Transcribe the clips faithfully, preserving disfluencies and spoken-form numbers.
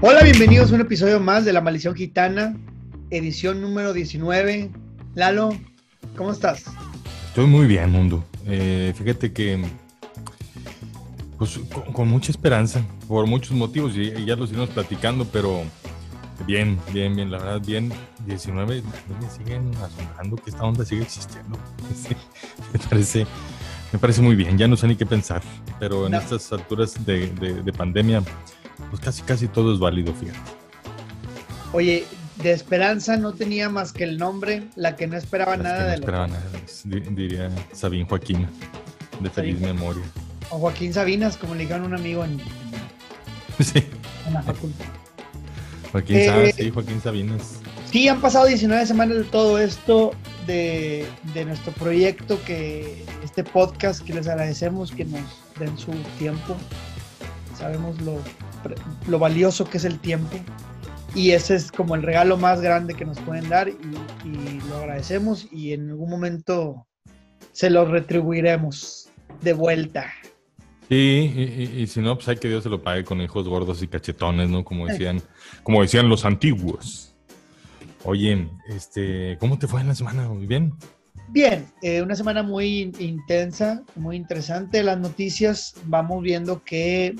Hola, bienvenidos a un episodio más de La Maldición Gitana, edición número diecinueve. Lalo, ¿cómo estás? Estoy muy bien, Mundo. Eh, fíjate que pues, con, con mucha esperanza, por muchos motivos, y, y ya los iremos platicando, pero bien, bien, bien, la verdad, bien. diecinueve, me siguen asombrando que esta onda sigue existiendo. Sí, me parece, me parece muy bien, ya no sé ni qué pensar, pero en No. estas alturas de, de, de pandemia, pues casi, casi todo es válido, fíjate. Oye, de esperanza no tenía más que el nombre, la que no esperaba Las nada que no de esperaban los... nada, di- diría Sabín Joaquín, de feliz Sabín. memoria. O Joaquín Sabinas, como le dijeron a un amigo en, Sí, en la facultad. Joaquín, Eh, Sa- sí, Joaquín Sabinas. sí, han pasado diecinueve semanas de todo esto, de, de nuestro proyecto, que este podcast, que les agradecemos que nos den su tiempo. Sabemos lo, lo valioso que es el tiempo. Y ese es como el regalo más grande que nos pueden dar y, y lo agradecemos y en algún momento se lo retribuiremos de vuelta. Sí, y, y, y si no, pues hay que Dios se lo pague con hijos gordos y cachetones, ¿no? Como decían, como decían los antiguos. Oye, este, ¿cómo te fue en la semana? Muy bien. Bien, eh, una semana muy intensa, muy interesante. Las noticias vamos viendo que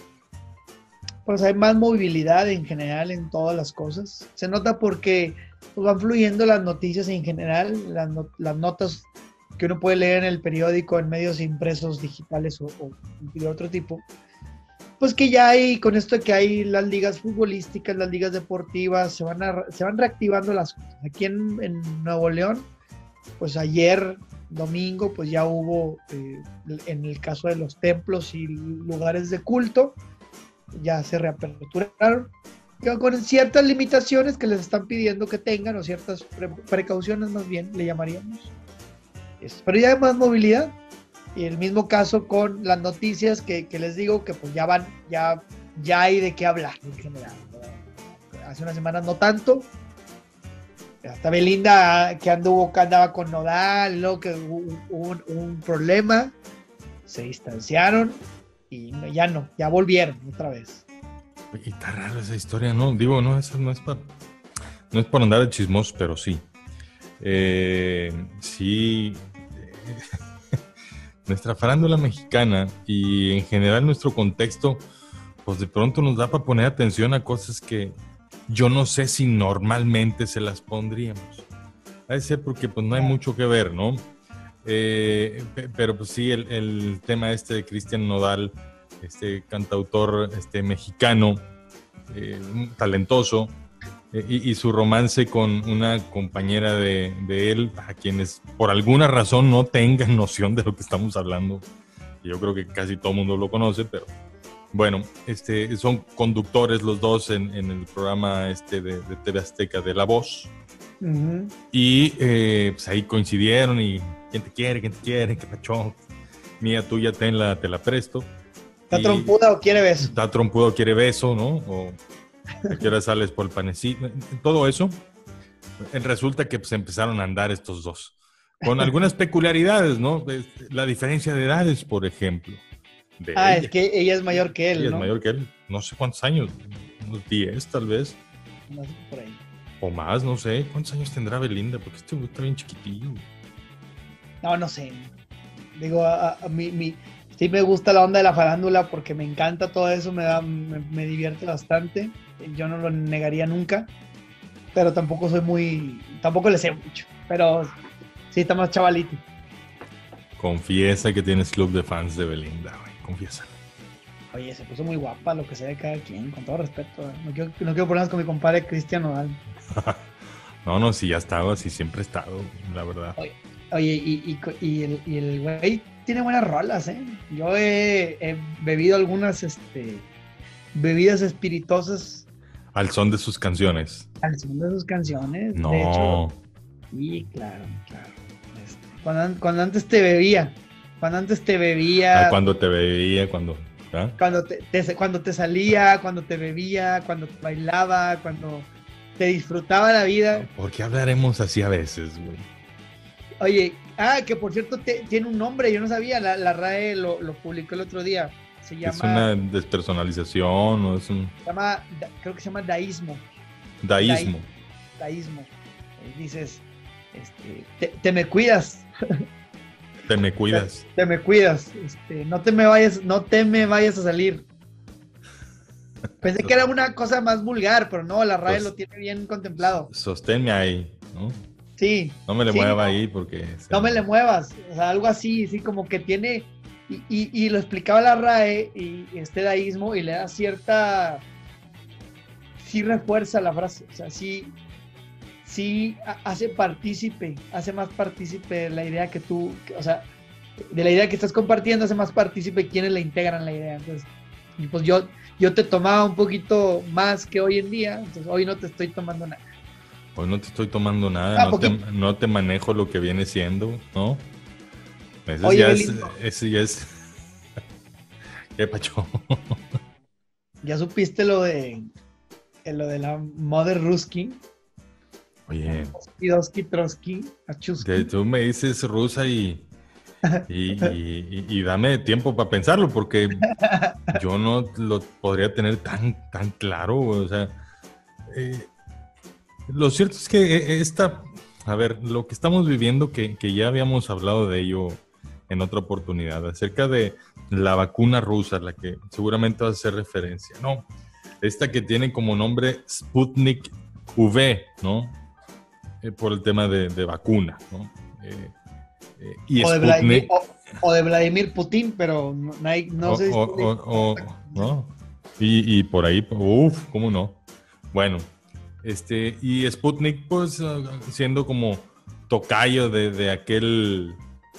pues hay más movilidad en general en todas las cosas. Se nota porque pues, van fluyendo las noticias en general, las, not las notas que uno puede leer en el periódico, en medios impresos, digitales o, o de otro tipo. Pues que ya hay, con esto de que hay las ligas futbolísticas, las ligas deportivas, se van, a, se van reactivando las cosas. Aquí en, en Nuevo León, pues ayer, domingo, pues ya hubo, eh, en el caso de los templos y lugares de culto, ya se reaperturaron, con ciertas limitaciones que les están pidiendo que tengan, o ciertas pre precauciones más bien, le llamaríamos. Pero ya hay más movilidad. Y el mismo caso con las noticias que, que les digo que pues ya van, ya, ya hay de qué hablar en general. Hace unas semanas no tanto. Hasta Belinda que anduvo, que andaba con Nodal, luego que hubo un, un problema, se distanciaron y no, ya no, ya volvieron otra vez. Y está rara esa historia, ¿no? Digo, no, eso no es para no es por andar de chismosos, pero sí. Eh, sí. Eh, nuestra farándula mexicana y en general nuestro contexto, pues de pronto nos da para poner atención a cosas que yo no sé si normalmente se las pondríamos. Ha de ser porque pues no hay mucho que ver, ¿no? Eh, pero pues sí, el, el tema este de Cristian Nodal, este cantautor este, mexicano, eh, talentoso, eh, y, y su romance con una compañera de, de él, a quienes por alguna razón no tengan noción de lo que estamos hablando. Yo creo que casi todo el mundo lo conoce, pero bueno, este, son conductores los dos en, en el programa este de, de T V Azteca de La Voz. Uh-huh. Y eh, pues ahí coincidieron y ¿quién te quiere? ¿Quién te quiere? ¿Qué pacho? Mía, tuya, tenla, te la presto. ¿Está trompuda o quiere beso? Está trompuda o quiere beso, ¿no? O a qué hora sales por el panecito. Todo eso. Resulta que pues empezaron a andar estos dos. Con algunas peculiaridades, ¿no? La diferencia de edades, por ejemplo. De ah, ella. Es que ella es mayor que él, ella ¿no? es mayor que él. No sé cuántos años. Unos diez, tal vez. No sé, por ahí. O más, no sé. ¿Cuántos años tendrá Belinda? Porque este güey está bien chiquitillo. No, no sé. Digo, a, a mí, mi, sí me gusta la onda de la farándula porque me encanta todo eso, me, da, me, me divierte bastante. Yo no lo negaría nunca, pero tampoco soy muy, tampoco le sé mucho. Pero sí está más chavalito. Confiesa que tienes club de fans de Belinda, güey. Confiesa. Oye, se puso muy guapa, lo que sea de cada quien, con todo respeto. ¿eh? No quiero, no quiero problemas con mi compadre Cristian Nodal. no, no, sí, ya estaba, sí, siempre he estado, la verdad. Oye, oye y, y, y, el, y el güey tiene buenas rolas, ¿eh? Yo he, he bebido algunas este, bebidas espirituosas. Al son de sus canciones. Al son de sus canciones. No. De hecho, sí, claro, claro. Este, cuando, cuando antes te bebía, cuando antes te bebía. Ah, cuando te bebía, cuando... ¿ah? Cuando te, te, cuando te salía, cuando te bebía, cuando te bailaba, cuando te disfrutaba la vida. ¿Por qué hablaremos así a veces, güey? Oye, ah, que por cierto te, tiene un nombre, yo no sabía, la, la R A E lo, lo publicó el otro día. Se ¿Es llama, una despersonalización o es un se llama, da- creo que se llama daísmo. daísmo? Daísmo. Eh, dices, este, te, te me cuidas, Te me te, cuidas. te me cuidas, este, no te me vayas, no te me vayas a salir. Pensé que era una cosa más vulgar, pero no, la RAE Sos- lo tiene bien contemplado. Sosténme ahí, ¿no? Sí, No me le sí, mueva no, ahí porque... se no me le muevas, o sea, algo así, sí, como que tiene, y, y, y lo explicaba la RAE y este daísmo y le da cierta, sí refuerza la frase, o sea, sí, sí ha- hace partícipe, hace más partícipe de la idea que tú, que- o sea, de la idea que estás compartiendo, hace más partícipe quienes la integran la idea. Entonces, y pues yo, yo te tomaba un poquito más que hoy en día, entonces hoy no te estoy tomando nada. Hoy no te estoy tomando nada, Ah, no te, poquito. no te manejo lo que viene siendo, ¿no? Eso Oye, ya es, Belinda, eso ya es, ¿qué pacho? ¿ya supiste lo de, eh, lo de la Mother Rusky? Oye, Pidoski, Trotsky, que Achusky. tú me dices rusa y, y, y- y- y dame tiempo para pensarlo, porque yo no lo podría tener tan, tan claro, o sea, eh, lo cierto es que eh, esta, a ver, lo que estamos viviendo, que, que ya habíamos hablado de ello en otra oportunidad, acerca de la vacuna rusa, la que seguramente vas a hacer referencia, ¿no? Esta que tiene como nombre Sputnik V, ¿no? Eh, por el tema de, de vacuna, ¿no? Eh, eh, y O de Vladimir, Sputnik, o, o de Vladimir Putin, pero no, no hay- no o, sé si o- le- o- o- ¿no? Y, y por ahí, uff, ¿cómo no? Bueno, este, y Sputnik, pues, ah, siendo como tocayo de, de aquel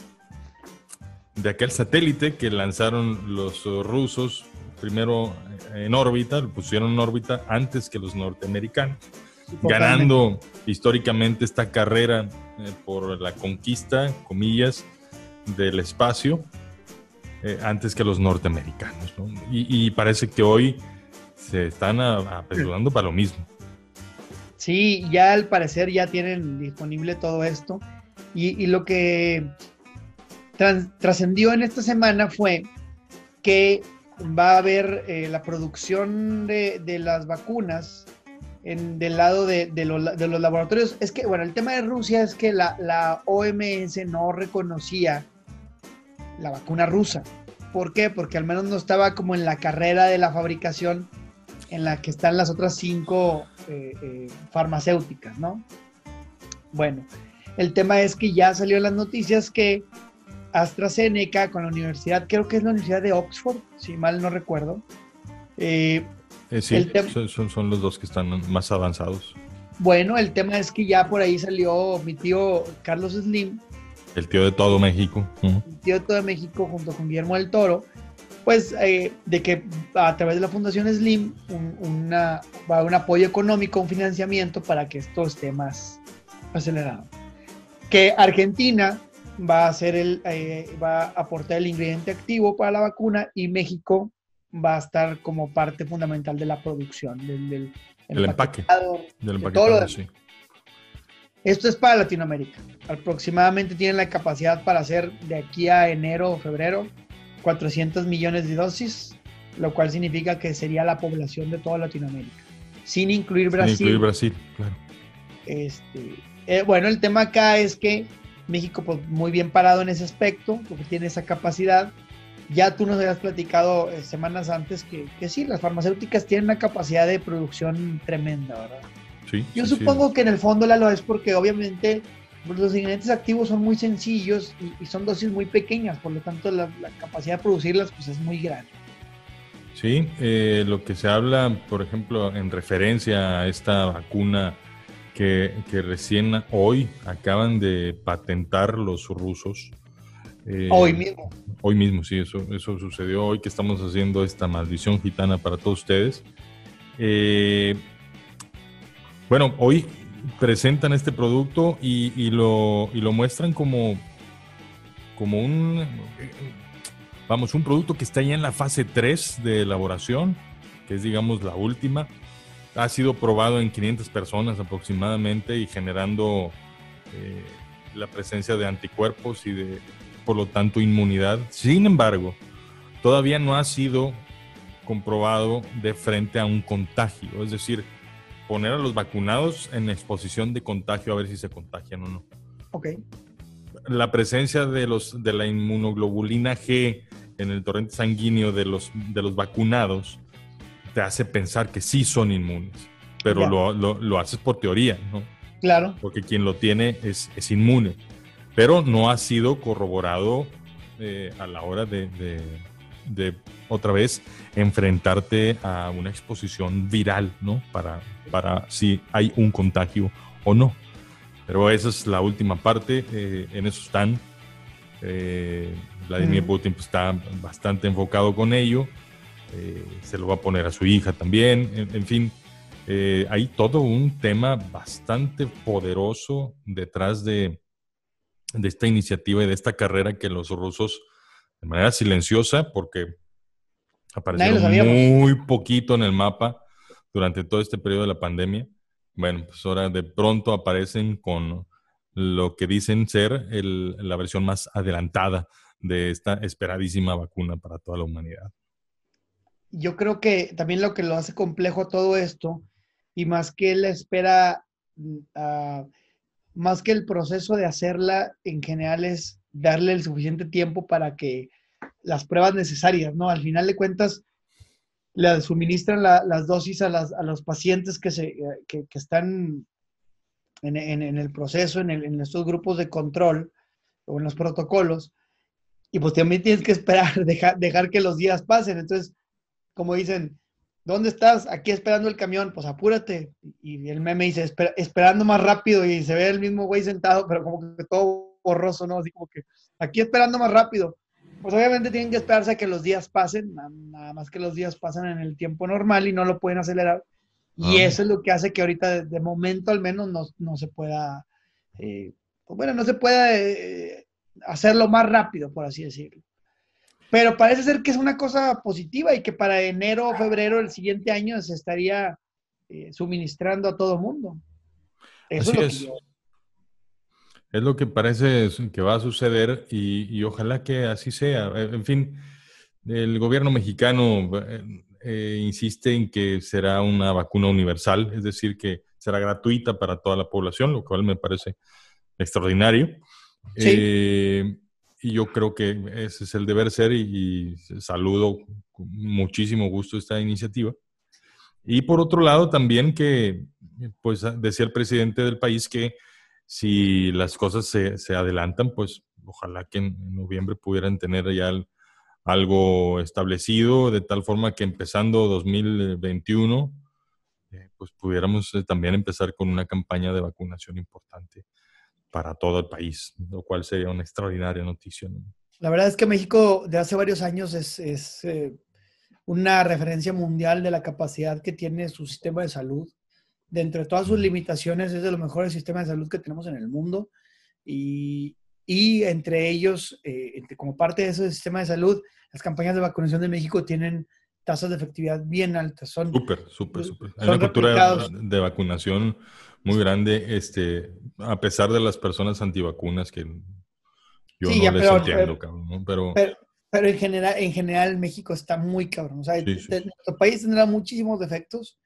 de aquel satélite que lanzaron los uh, rusos, primero en órbita, lo pusieron en órbita antes que los norteamericanos, totalmente. ganando históricamente esta carrera eh, por la conquista, comillas, del espacio, eh, antes que los norteamericanos, ¿no? Y, y parece que hoy se están a- apresurando para lo mismo. Sí, ya al parecer ya tienen disponible todo esto. Y, y lo que tras- trascendió en esta semana fue que va a haber eh, la producción de, de las vacunas en, del lado de, de, lo, de, los laboratorios. Es que, bueno, el tema de Rusia es que la, la O M S no reconocía la vacuna rusa. ¿Por qué? Porque al menos no estaba como en la carrera de la fabricación en la que están las otras cinco eh, eh, farmacéuticas, ¿no? Bueno, el tema es que ya salió en las noticias que AstraZeneca con la universidad, creo que es la Universidad de Oxford, si mal no recuerdo. Eh, Eh, sí, el tem- son, son, son los dos que están más avanzados. bueno, el tema es que ya por ahí salió mi tío Carlos Slim, El tío de todo México. Uh-huh. mi tío de todo México, junto con Guillermo del Toro, pues eh, de que a través de la Fundación Slim un, una, va a haber un apoyo económico, un financiamiento para que esto esté más acelerado. Que Argentina va a hacer el, eh, va a aportar el ingrediente activo para la vacuna y México va a estar como parte fundamental de la producción, del, del El empaque. de Del todo lo empaquetado, demás. sí. Esto es para Latinoamérica. Aproximadamente tienen la capacidad para hacer de aquí a enero o febrero cuatrocientos millones de dosis, lo cual significa que sería la población de toda Latinoamérica, sin incluir Sin Brasil. incluir Brasil, claro. Este, eh, bueno, el tema acá es que México, pues muy bien parado en ese aspecto, porque tiene esa capacidad. Ya tú nos habías platicado eh, semanas antes que, que sí, las farmacéuticas tienen una capacidad de producción tremenda, ¿verdad? Sí, Yo sí, supongo sí. que en el fondo la lo es porque obviamente pues, los ingredientes activos son muy sencillos y, y son dosis muy pequeñas, por lo tanto la, la capacidad de producirlas pues es muy grande. Sí, eh, lo que se habla, por ejemplo, en referencia a esta vacuna que, que recién hoy acaban de patentar los rusos. Eh, Hoy mismo. Hoy mismo, sí, eso, eso sucedió hoy que estamos haciendo esta maldición gitana para todos ustedes. Eh, bueno, hoy presentan este producto y, y, lo, y lo muestran como, como un, vamos, un producto que está ya en la fase tres de elaboración, que es, digamos, la última. Ha sido probado en quinientas personas aproximadamente y generando eh, la presencia de anticuerpos y de, por lo tanto, inmunidad. Sin embargo, todavía no ha sido comprobado de frente a un contagio. Es decir, poner a los vacunados en exposición de contagio a ver si se contagian o no. Ok. La presencia de, los, de la inmunoglobulina G en el torrente sanguíneo de los, de los vacunados te hace pensar que sí son inmunes, pero lo, lo, lo haces por teoría, ¿no? Claro. Porque quien lo tiene es, es inmune, pero no ha sido corroborado eh, a la hora de, de, de, otra vez, enfrentarte a una exposición viral, ¿no? Para, para si hay un contagio o no. Pero esa es la última parte, eh, en eso están. Eh, Vladimir mm. Putin pues, está bastante enfocado con ello. Eh, se lo va a poner a su hija también, en, en fin, eh, hay todo un tema bastante poderoso detrás de, de esta iniciativa y de esta carrera que los rusos, de manera silenciosa, porque aparecieron muy poquito en el mapa durante todo este periodo de la pandemia, bueno, pues ahora de pronto aparecen con lo que dicen ser el, la versión más adelantada de esta esperadísima vacuna para toda la humanidad. Yo creo que también lo que lo hace complejo todo esto, y más que la espera, uh, más que el proceso de hacerla en general, es darle el suficiente tiempo para que las pruebas necesarias, ¿no? Al final de cuentas, le suministran la, las dosis a, las, a los pacientes que, se, que, que están en, en, en el proceso, en, el, en estos grupos de control o en los protocolos, y pues también tienes que esperar, dejar, dejar que los días pasen. Entonces, como dicen, ¿dónde estás? Aquí esperando el camión, pues apúrate. Y el meme dice, Esper esperando más rápido, y se ve el mismo güey sentado, pero como que todo borroso, ¿no? Así como que, aquí esperando más rápido. Pues obviamente tienen que esperarse a que los días pasen, nada más que los días pasan en el tiempo normal y no lo pueden acelerar. Y ah. eso es lo que hace que ahorita, de, de momento al menos, no, no se pueda, eh, pues bueno, no se pueda eh, hacerlo más rápido, por así decirlo. Pero parece ser que es una cosa positiva y que para enero o febrero del siguiente año se estaría eh, suministrando a todo el mundo. Eso Así es lo es. que yo... Es lo que parece que va a suceder y, y ojalá que así sea. En fin, el gobierno mexicano eh, eh, insiste en que será una vacuna universal, es decir, que será gratuita para toda la población, lo cual me parece extraordinario. Sí. Eh, y yo creo que ese es el deber ser y, y saludo con muchísimo gusto esta iniciativa. Y por otro lado también que, pues decía el presidente del país que si las cosas se, se adelantan, pues ojalá que en noviembre pudieran tener ya el, algo establecido, de tal forma que empezando dos mil veintiuno, eh, pues pudiéramos también empezar con una campaña de vacunación importante para todo el país, lo cual sería una extraordinaria noticia, ¿no? La verdad es que México de hace varios años es, es eh, una referencia mundial de la capacidad que tiene su sistema de salud. Dentro de todas sus limitaciones, es de los mejores sistemas de salud que tenemos en el mundo. Y, y entre ellos, eh, entre, como parte de ese sistema de salud, las campañas de vacunación de México tienen tasas de efectividad bien altas. Son súper, súper, súper. Hay son una cultura replicados. de vacunación muy grande, este, a pesar de las personas antivacunas que yo sí, no ya, les pero, entiendo, pero, cabrón, ¿no? Pero, pero, pero en general, en general México está muy cabrón. O sea, sí, sí, sí. Nuestro país tendrá muchísimos defectos,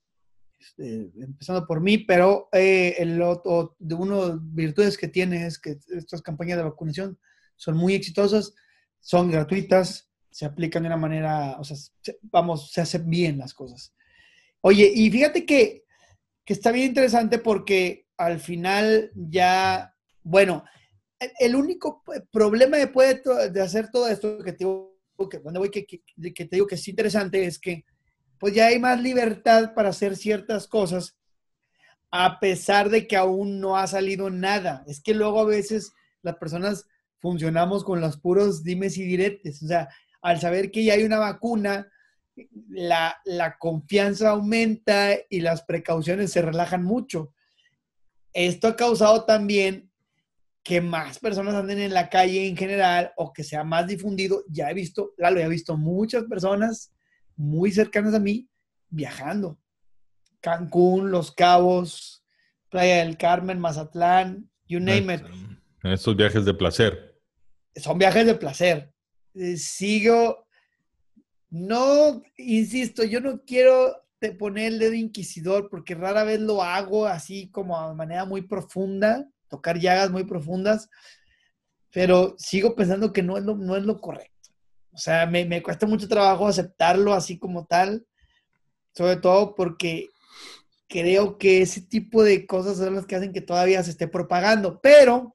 este, empezando por mí, pero eh, el otro, de una de las virtudes que tiene es que estas campañas de vacunación son muy exitosas, son gratuitas, se aplican de una manera, o sea, se, vamos, se hacen bien las cosas. Oye, y fíjate que, que está bien interesante porque al final ya, bueno, el, el único problema después de, de hacer todo esto que te digo, que, donde voy, que, que, que te digo que es interesante, es que pues ya hay más libertad para hacer ciertas cosas, a pesar de que aún no ha salido nada. Es que luego a veces las personas funcionamos con los puros dimes y diretes. O sea, al saber que ya hay una vacuna, la, la confianza aumenta y las precauciones se relajan mucho. Esto ha causado también que más personas anden en la calle en general o que sea más difundido. Ya he visto, Lalo, ya he visto muchas personas muy cercanas a mí viajando. Cancún, Los Cabos, Playa del Carmen, Mazatlán, you name it. Estos viajes de placer. Son viajes de placer. Eh, sigo, No, insisto, yo no quiero te poner el dedo inquisidor porque rara vez lo hago así como de manera muy profunda, tocar llagas muy profundas, pero sigo pensando que no es lo, no es lo correcto. O sea, me, me cuesta mucho trabajo aceptarlo así como tal, sobre todo porque creo que ese tipo de cosas son las que hacen que todavía se esté propagando, pero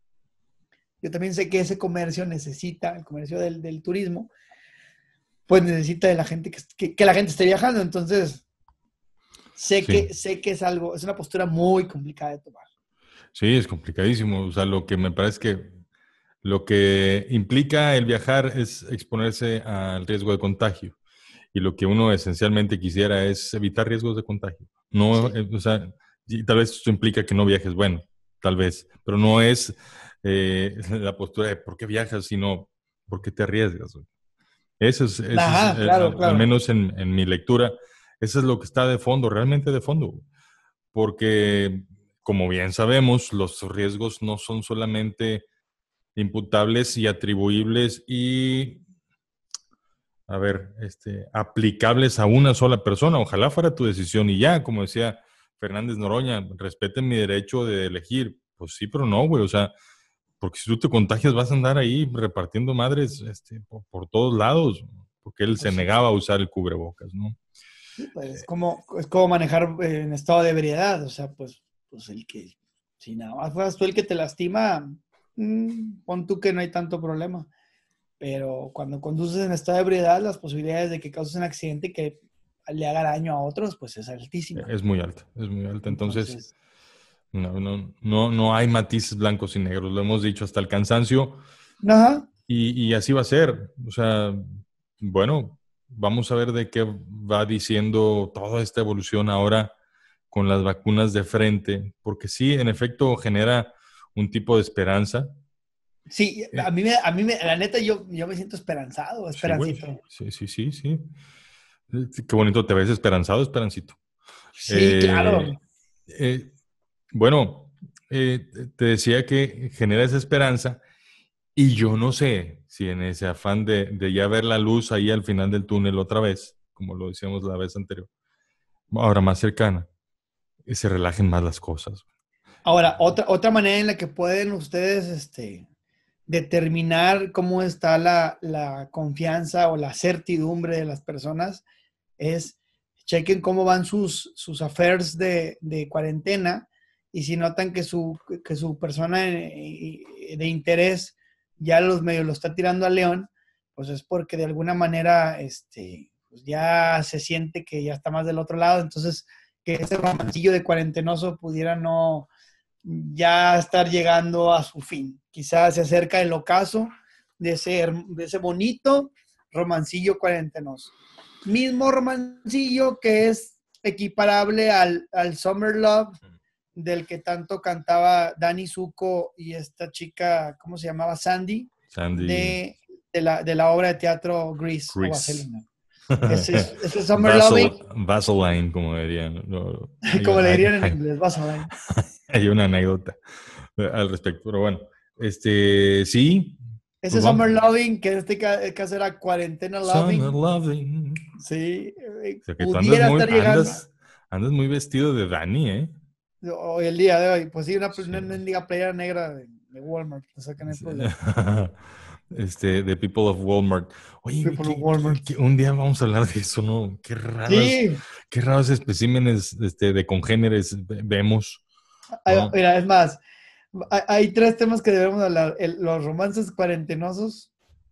yo también sé que ese comercio necesita, el comercio del, del turismo, pues necesita de la gente que, que, que la gente esté viajando, entonces sé Sí, que, sé que es algo, es una postura muy complicada de tomar. sí, es complicadísimo. O sea, lo que me parece que lo que implica el viajar es exponerse al riesgo de contagio. Y lo que uno esencialmente quisiera es evitar riesgos de contagio. No, Sí. eh, o sea, y tal vez eso implica que no viajes, bueno, tal vez, pero no es eh, la postura de por qué viajas, sino por qué te arriesgas. Eso es, eso es Ajá, eh, claro, al, al claro. menos en, en mi lectura, eso es lo que está de fondo, realmente de fondo, porque como bien sabemos, los riesgos no son solamente imputables y atribuibles y, a ver, este, aplicables a una sola persona. Ojalá fuera tu decisión y ya, como decía Fernández Noroña, respeten mi derecho de elegir. Pues sí, pero no, güey, o sea, porque si tú te contagias vas a andar ahí repartiendo madres este, por, por todos lados, porque él se Pues sí. negaba a usar el cubrebocas, ¿no? Sí, pues es como, es como manejar eh, en estado de ebriedad, o sea, pues, pues el que, si nada más fueras tú el que te lastima, mm, pon tú que no hay tanto problema, pero cuando conduces en estado de ebriedad, las posibilidades de que causes un accidente que le haga daño a otros, pues es altísima. Es muy alta, es muy alta. Entonces, Entonces, no, no, no, no hay matices blancos y negros, lo hemos dicho hasta el cansancio. ajá, Y, y así va a ser. O sea, bueno, vamos a ver de qué va diciendo toda esta evolución ahora con las vacunas de frente, porque sí, en efecto, genera un tipo de esperanza. sí, Eh, a mí, me, a mí me, la neta, yo, yo me siento esperanzado, sí, güey. esperancito. Sí, sí, sí, sí. Eh, Qué bonito te ves esperanzado, Esperancito. Sí, Eh, claro. eh, bueno, eh, te decía que genera esa esperanza. Y yo no sé si en ese afán de, de ya ver la luz ahí al final del túnel otra vez, como lo decíamos la vez anterior, ahora más cercana, y se relajen más las cosas. Ahora, otra, otra manera en la que pueden ustedes este, determinar cómo está la, la confianza o la certidumbre de las personas es chequen cómo van sus, sus affairs de, de cuarentena y si notan que su, que su persona de, de interés ya los medios lo está tirando a león, pues es porque de alguna manera este, pues ya se siente que ya está más del otro lado, entonces que ese romancillo de cuarentenoso pudiera no ya estar llegando a su fin. Quizás se acerca el ocaso de ese, de ese bonito romancillo cuarentenoso. Mismo romancillo que es equiparable al, al Summer Love del que tanto cantaba Danny Zuko y esta chica, ¿cómo se llamaba? Sandy, Sandy, de, de, la, de la obra de teatro Grease o Chris. Vaselina. Ese, ese Summer Vasel, Loving, Vaseline, como dirían. No, hay, como le hay, dirían en hay, inglés, Vaseline. hay una anécdota al respecto, pero bueno, este, sí, Ese pues Summer vamos. Loving, que en este caso era Cuarentena Summer Loving, loving. sí, eh, O sea que tú andas pudiera muy, estar llegando andas, andas muy vestido de Dani, ¿eh? hoy el día de hoy. Pues sí, una, Sí. una mendiga playera negra de, de Walmart, o sea que no hay Sí. problema. Este, The People of Walmart. Oye, People of ¿qué- qué- Walmart. qué- un día vamos a hablar de eso, ¿no? Qué raras, Sí, qué raros especímenes este, de congéneres ve- vemos, hay- ¿no? mira, es más, hay, hay tres temas que debemos hablar. El- los romances cuarentenosos,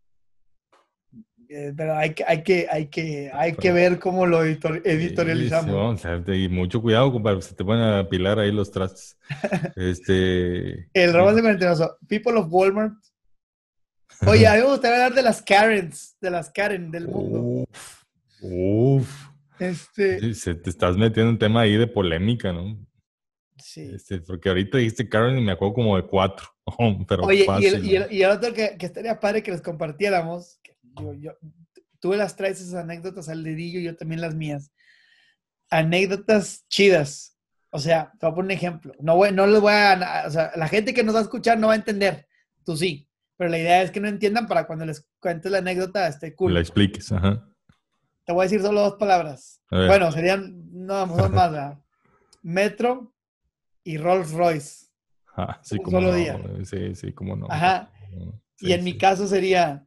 eh, pero hay que, hay, que, hay, que, hay que ver cómo lo editor- Sí, sí, editorializamos. vamos a y mucho cuidado, compadre, se te van a apilar ahí los trastes. Este, El y- romance cuarentenoso, People of Walmart. Oye, a mí me gustaría hablar de las Karens, de las Karen del mundo. uf, uf. Este, Sí, se te estás metiendo en un tema ahí de polémica, ¿no? sí. Este, porque ahorita dijiste Karen y me acuerdo como de cuatro, pero Oye, y el, fácil, y ¿no? el, y el otro que, que estaría padre que les compartiéramos, que yo, yo, tú las traes esas anécdotas al dedillo, yo también las mías. Anécdotas chidas. O sea, te voy a poner un ejemplo. No, voy, no les voy a, o sea, la gente que nos va a escuchar no va a entender, tú sí, pero la idea es que no entiendan para cuando les cuentes la anécdota esté Me la cool. expliques, ajá. te voy a decir solo dos palabras. A ver. Bueno, serían, no, son más, ¿verdad? Metro y Rolls Royce. Ah, sí, Un cómo solo no. día. güey. Sí, sí, cómo no. Ajá. Sí, Y en sí. mi caso sería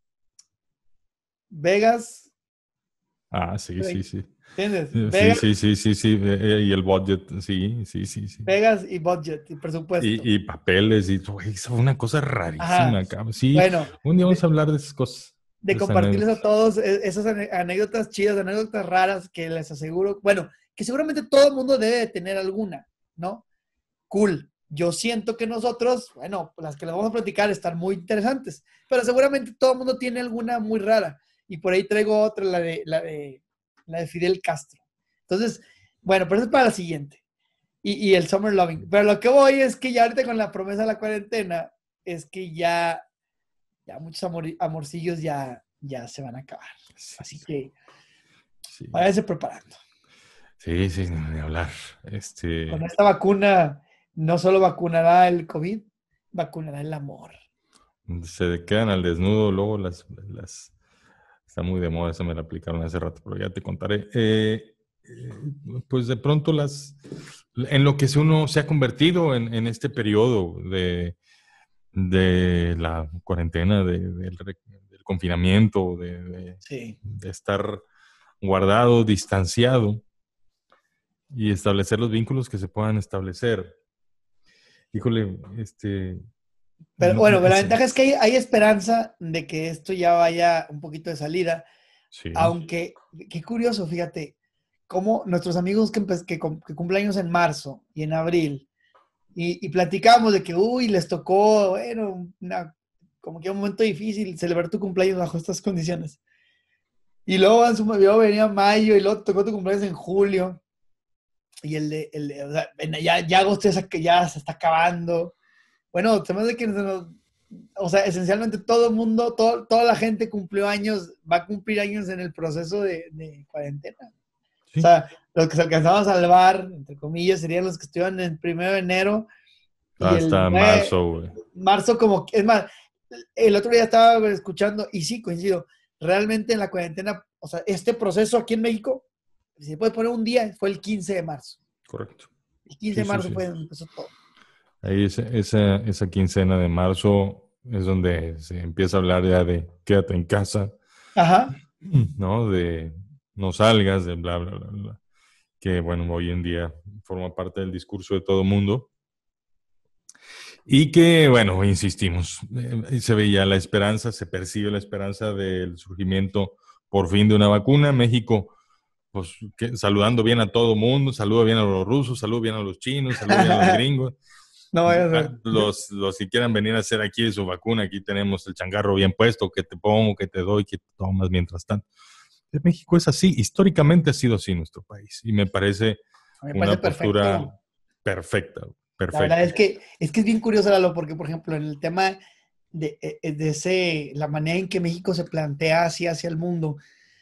Vegas. Ah, sí, sí, sí. ¿Entiendes? Sí, Vegas, sí, sí, sí, sí. eh, Y el budget, sí, sí, sí, sí. Vegas y budget y presupuesto. Y, y papeles, y güey, eso fue una cosa Ajá. rarísima, cabrón. Sí, Bueno, un día vamos a de, hablar de esas cosas, de de esas compartirles a anécdotas. todos e- esas ane- anécdotas chidas, anécdotas raras que les aseguro, bueno, que seguramente todo el mundo debe de tener alguna, ¿no? Cool. Yo siento que nosotros, bueno, las que les vamos a platicar están muy interesantes, pero seguramente todo el mundo tiene alguna muy rara. Y por ahí traigo otra, la de, la de, la de Fidel Castro. Entonces, bueno, pero eso es para la siguiente. Y, y el Summer Loving. Pero lo que voy es que ya ahorita con la promesa de la cuarentena, es que ya, ya muchos amor, amorcillos ya, ya se van a acabar. Sí, Así que sí, váyanse preparando. sí, sí, ni ni hablar. Este, Con esta vacuna, no solo vacunará el COVID, vacunará el amor. se quedan al desnudo, luego las, las, está muy de moda, esa me la aplicaron hace rato, pero ya te contaré. Eh, eh, pues de pronto las, en lo que uno se ha convertido en, en este periodo de, de la cuarentena, de, del, del confinamiento, de, de, Sí. de estar guardado, distanciado y establecer los vínculos que se puedan establecer. Híjole, este... Pero No, bueno, la sí, ventaja es que hay, hay esperanza de que esto ya vaya un poquito de salida, sí. aunque, qué curioso, fíjate, cómo nuestros amigos que, empe- que, cum- que cumplen años en marzo y en abril, y, y platicábamos de que, uy, les tocó, bueno, una, como que un momento difícil celebrar tu cumpleaños bajo estas condiciones. Y luego en su luego venía mayo y luego tocó tu cumpleaños en julio. Y el de, el de- o sea, en- ya, ya agosto ya se, ya se está acabando. Bueno, se me hace que se nos- o sea, esencialmente todo el mundo, todo, toda la gente cumplió años, va a cumplir años en el proceso de, de cuarentena. O Sí, sea, los que se alcanzaban a salvar, entre comillas, serían los que estuvieron en el primero de enero y el hasta nueve marzo, güey. marzo como, que- es más, el otro día estaba escuchando, y sí, coincido, realmente en la cuarentena, o sea, este proceso aquí en México, si se puede poner un día, fue el quince de marzo. Correcto. El quince Sí, de sí, marzo sí. fue donde empezó todo. Ahí esa, esa, esa quincena de marzo es donde se empieza a hablar ya de quédate en casa, Ajá. ¿no? De no salgas, de bla, bla, bla, bla. Que bueno, hoy en día forma parte del discurso de todo el mundo. Y que, bueno, insistimos, eh, se veía la esperanza, se percibe la esperanza del surgimiento por fin de una vacuna. México, pues que, saludando bien a todo mundo, saluda bien a los rusos, saluda bien a los chinos, saluda bien a los gringos. No vaya a Ah, ser. Los, los que quieran venir a hacer aquí su vacuna, aquí tenemos el changarro bien puesto, que te pongo, que te doy, que te tomas mientras tanto. México es así, históricamente ha sido así nuestro país y me parece Me parece una postura perfecto. perfecta, La verdad perfecta. es que es que es bien curioso, Lalo, porque, por ejemplo, en el tema de, eh, de ese, la manera en que México se plantea así hacia el mundo,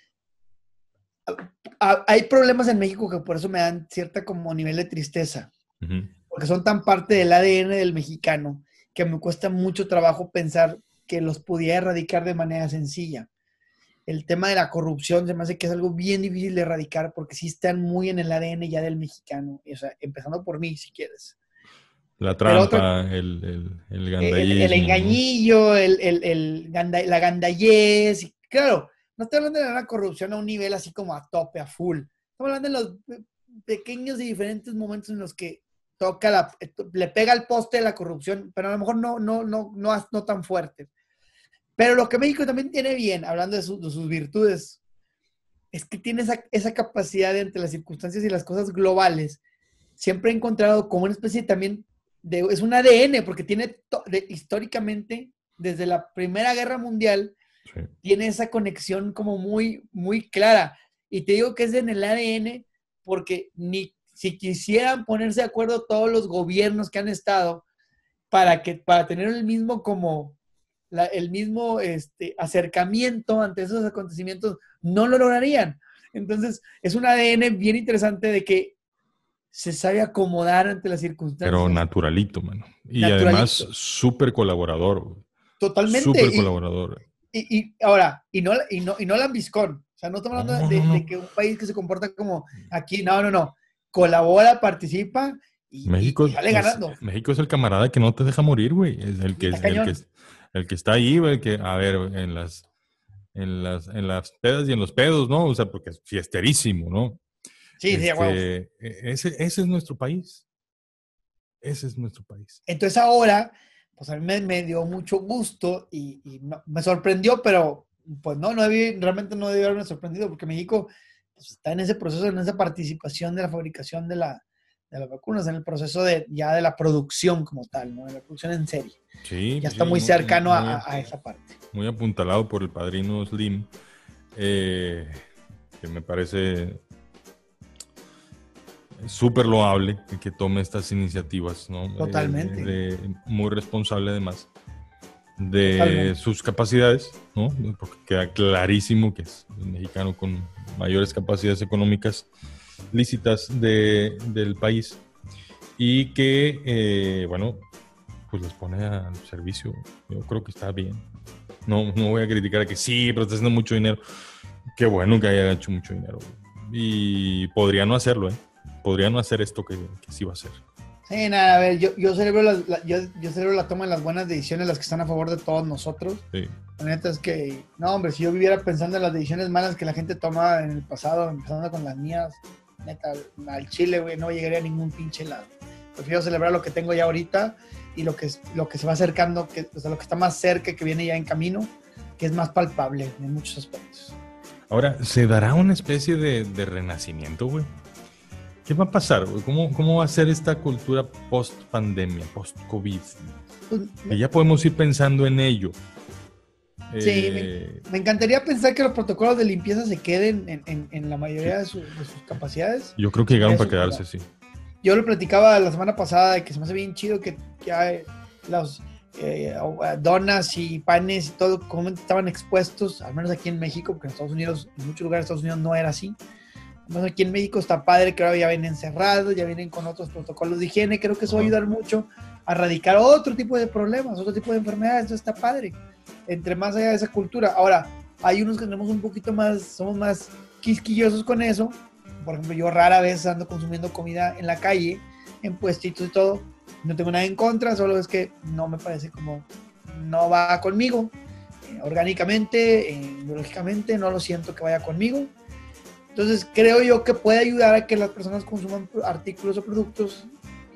a- hay problemas en México que por eso me dan cierta como nivel de tristeza, Uh-huh. porque son tan parte del A D N del mexicano que me cuesta mucho trabajo pensar que los pudiera erradicar de manera sencilla. El tema de la corrupción se me hace que es algo bien difícil de erradicar porque sí están muy en el A D N ya del mexicano, o sea, empezando por mí, si quieres. La Pero otra, trampa, el, el, el el, el gandallismo, ¿no? engañillo, el, el, el ganda, la gandallez, y claro, no estoy hablando de la corrupción a un nivel así como a tope, a full. Estamos hablando de los pequeños y diferentes momentos en los que toca la, le pega al poste de la corrupción, pero a lo mejor no, no, no, no, no tan fuerte. Pero lo que México también tiene bien, hablando de, su, de sus virtudes, es que tiene esa, esa capacidad de, entre las circunstancias y las cosas globales, siempre he encontrado como una especie también de, es un A D N, porque tiene to, de, históricamente, desde la Primera Guerra Mundial, sí. tiene esa conexión como muy, muy clara. Y te digo que es en el A D N, porque ni si quisieran ponerse de acuerdo todos los gobiernos que han estado para, que, para tener el mismo como la, el mismo este, acercamiento ante esos acontecimientos, no lo lograrían. Entonces, es un A D N bien interesante de que se sabe acomodar ante las circunstancias. Pero naturalito, mano. Y naturalito. Además, súper colaborador. Totalmente. Súper colaborador. Y, y, y, ahora, y no, y, no, y no lambiscón. O sea, no estamos hablando No, de, no, no. de que un país que se comporta como aquí, no, no, no. Colabora, participa y, y- México y sale es, ganando. México es el camarada que no te deja morir, güey. Es el Y que, está es, el que, cañón. es- el que está ahí, güey, que, a ver, en las, en las, en las pedas y en los pedos, ¿no? O sea, porque es fiesterísimo, ¿no? Sí, sí, wow. Este, e- ese, ese es nuestro país. Ese es nuestro país. Entonces ahora, pues a mí me, me dio mucho gusto y, y no- me sorprendió, pero pues no, no debí- realmente no debió haberme sorprendido porque México pues, está en ese proceso, en esa participación de la fabricación de, la, de las vacunas, en el proceso de ya de la producción como tal, ¿no? De la producción en serie. Sí, Ya está sí, muy muy, cercano a, muy, a- a esa parte. muy apuntalado por el padrino Slim, eh, que me parece súper loable que tome estas iniciativas, ¿no? Totalmente. Eh, de, muy responsable además de Totalmente. sus capacidades, ¿no? Porque queda clarísimo que es el mexicano con mayores capacidades económicas lícitas de, del país y que, eh, bueno, pues los pone al servicio. Yo creo que está bien. No, no voy a criticar a que sí, pero está haciendo mucho dinero. Qué bueno que haya hecho mucho dinero. Y podría no hacerlo, ¿eh? Podría no hacer esto que, que sí va a hacer. Sí, nada, a ver, yo, yo, celebro la, la- yo, yo celebro la toma de las buenas decisiones, las que están a favor de todos nosotros. Sí. La neta es que, no, hombre, si yo viviera pensando en las decisiones malas que la gente toma en el pasado, empezando con las mías, neta, al Chile, güey, no llegaría a ningún pinche lado. Prefiero celebrar lo que tengo ya ahorita y lo que, es- lo que se va acercando, que, o sea, lo que está más cerca, que viene ya en camino, que es más palpable en muchos aspectos. Ahora, ¿se dará una especie de, de renacimiento, güey? ¿Qué va a pasar, güey? ¿Cómo, ¿Cómo va a ser esta cultura post-pandemia, post-COVID? Pues, Que ya podemos ir pensando en ello. sí, Eh, me, me encantaría pensar que los protocolos de limpieza se queden en, en- en la mayoría de, su- de sus capacidades. yo creo que llegaron Eso, para quedarse, sí. Yo lo platicaba la semana pasada de que se me hace bien chido que ya eh, los eh, donas y panes y todo como estaban expuestos, al menos aquí en México, porque en Estados Unidos, en muchos lugares de Estados Unidos no era así. Al menos aquí en México está padre que ahora ya vienen cerrados, ya vienen con otros protocolos de higiene. Creo que eso va a ayudar mucho a erradicar otro tipo de problemas, otro tipo de enfermedades. Eso está padre. Entre más allá de esa cultura. Ahora, hay unos que tenemos un poquito más, somos más quisquillosos con eso. Por ejemplo, yo rara vez ando consumiendo comida en la calle, en puestitos y todo. No tengo nada en contra, solo es que no me parece como, no va conmigo. Eh, orgánicamente, eh, biológicamente, no lo siento que vaya conmigo. Entonces, creo yo que puede ayudar a que las personas consuman artículos o productos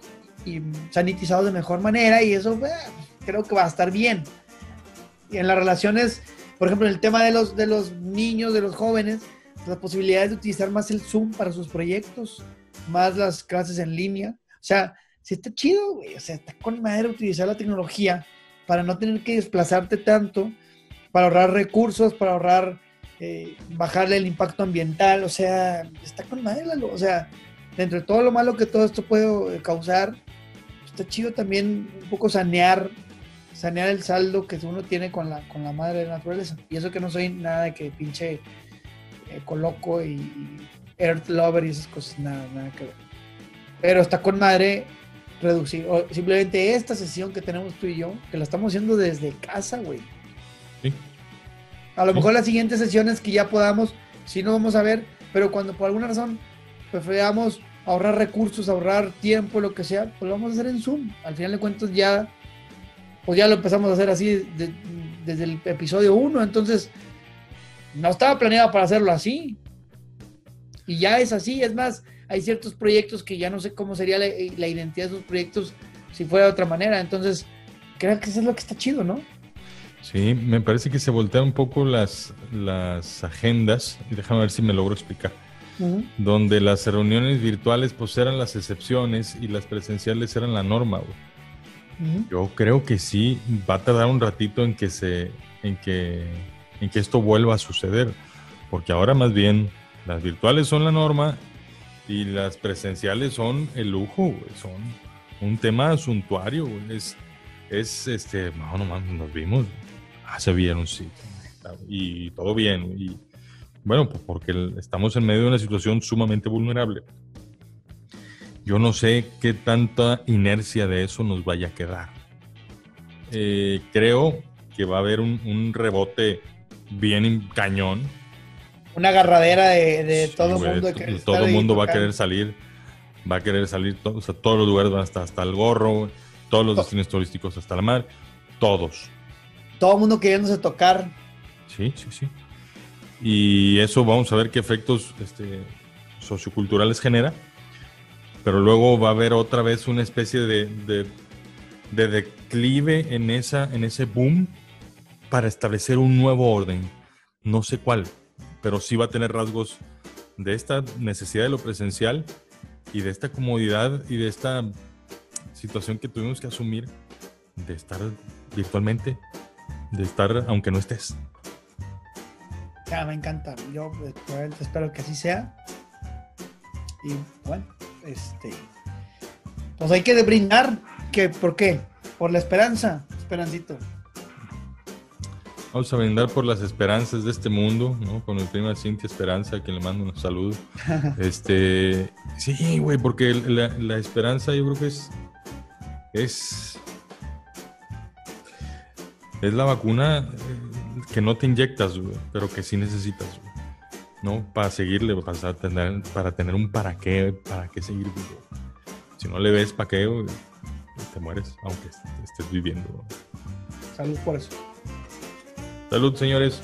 y sanitizados de mejor manera y eso eh, creo que va a estar bien. Y en las relaciones, por ejemplo, en el tema de los, de los niños, de los jóvenes, las posibilidades de utilizar más el Zoom para sus proyectos, más las clases en línea. O sea, sí está chido, güey. O sea, está con madre utilizar la tecnología para no tener que desplazarte tanto, para ahorrar recursos, para ahorrar, eh, bajarle el impacto ambiental. O sea, está con madre, Lalo. O sea, dentro de todo lo malo que todo esto puede causar, está chido también un poco sanear sanear el saldo que uno tiene con la, con la madre de la naturaleza. Y eso que no soy nada de que pinche eh, coloco y, y earth lover y esas cosas, nada, nada que ver. Pero está con madre reducir, o simplemente esta sesión que tenemos tú y yo, que la estamos haciendo desde casa, güey. Sí. A lo Sí. mejor las siguientes sesiones que ya podamos, sí no vamos a ver, pero cuando por alguna razón preferamos ahorrar recursos, ahorrar tiempo, lo que sea, pues lo vamos a hacer en Zoom. Al final de cuentas ya pues ya lo empezamos a hacer así de, desde el episodio uno, entonces no estaba planeado para hacerlo así. Y ya es así, es más, hay ciertos proyectos que ya no sé cómo sería la, la identidad de esos proyectos si fuera de otra manera, entonces creo que eso es lo que está chido, ¿no? Sí, me parece que se voltean un poco las, las agendas, y déjame ver si me logro explicar, uh-huh. Donde las reuniones virtuales pues eran las excepciones y las presenciales eran la norma, güey. Yo creo que sí va a tardar un ratito en que se en que en que esto vuelva a suceder, porque ahora más bien las virtuales son la norma y las presenciales son el lujo, güey, son un tema suntuario, güey. es es este no no mames, nos vimos, ah, se vieron, sí, y todo bien, y bueno, pues porque estamos en medio de una situación sumamente vulnerable. Yo no sé qué tanta inercia de eso nos vaya a quedar. Eh, creo que va a haber un, un rebote bien cañón. una agarradera de, de Sí, todo el güey, mundo. De to- querer todo estar el ahí mundo va a tocando. querer salir, va a querer salir, to- o sea, todos los lugares van hasta, hasta el gorro, güey, todos los To- destinos turísticos hasta la mar, todos. Todo el mundo queriéndose tocar. Sí, sí, sí. Y eso vamos a ver qué efectos este, socioculturales genera, pero luego va a haber otra vez una especie de, de, de declive en, esa, en ese boom para establecer un nuevo orden. No sé cuál, pero sí va a tener rasgos de esta necesidad de lo presencial y de esta comodidad y de esta situación que tuvimos que asumir de estar virtualmente, de estar aunque no estés. Ya, me encanta. Yo pues, probablemente espero que así sea. Y bueno, este. Pues hay que brindar. ¿Qué? ¿Por qué? Por la esperanza, Esperancito. Vamos a brindar por las esperanzas de este mundo, ¿no? Con mi prima Cintia Esperanza, a quien le mando un saludo. Este, sí, güey, porque la, la esperanza yo creo que es, es, es la vacuna eh, que no te inyectas, güey, pero que sí necesitas, güey, ¿no? Para seguirle, para tener, para tener un para qué, para qué seguir vivo. Si no le ves para qué, güey, te mueres, aunque estés viviendo, güey. Salud por eso. Salud, señores.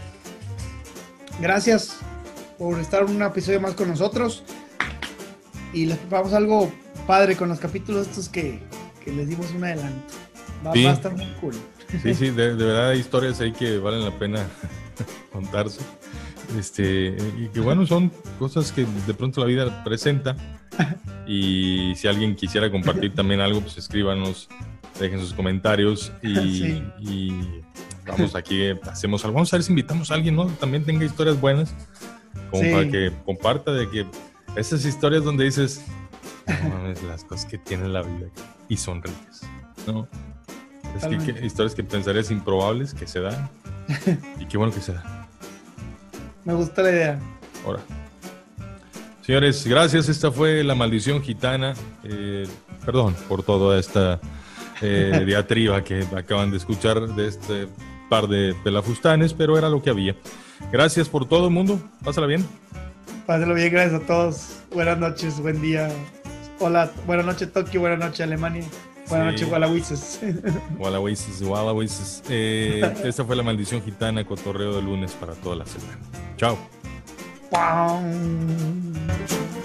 Gracias por estar un episodio más con nosotros. Y les preparamos algo padre con los capítulos estos que, que les dimos un adelanto. Va, Sí. va a estar muy cool. Sí, sí, de, de verdad hay historias ahí que valen la pena contarse. Este, y que bueno, son cosas que de pronto la vida presenta. Y si alguien quisiera compartir también algo, pues escríbanos, dejen sus comentarios y, Sí. y vamos aquí, hacemos algo. Vamos a ver si invitamos a alguien, ¿no? También tenga historias buenas, como Sí. para que comparta de que esas historias donde dices, no mames, las cosas que tiene la vida y sonríes, ¿no? Es que, que historias que pensarías improbables que se dan y qué bueno que se dan. Me gusta la idea. Ahora. Señores, gracias. Esta fue La Maldición Gitana. Eh, perdón por toda esta eh, diatriba que acaban de escuchar de este par de pelafustanes, pero era lo que había. Gracias por todo el mundo. Pásala bien. Pásenlo bien, gracias a todos. Buenas noches, buen día. Hola, buenas noches Tokio, buenas noches Alemania. Buenas Sí. noches Gualahuises. Walahuises, walahuises. Eh, esta fue La Maldición Gitana, cotorreo de lunes para toda la semana. Chao. ¡Pam!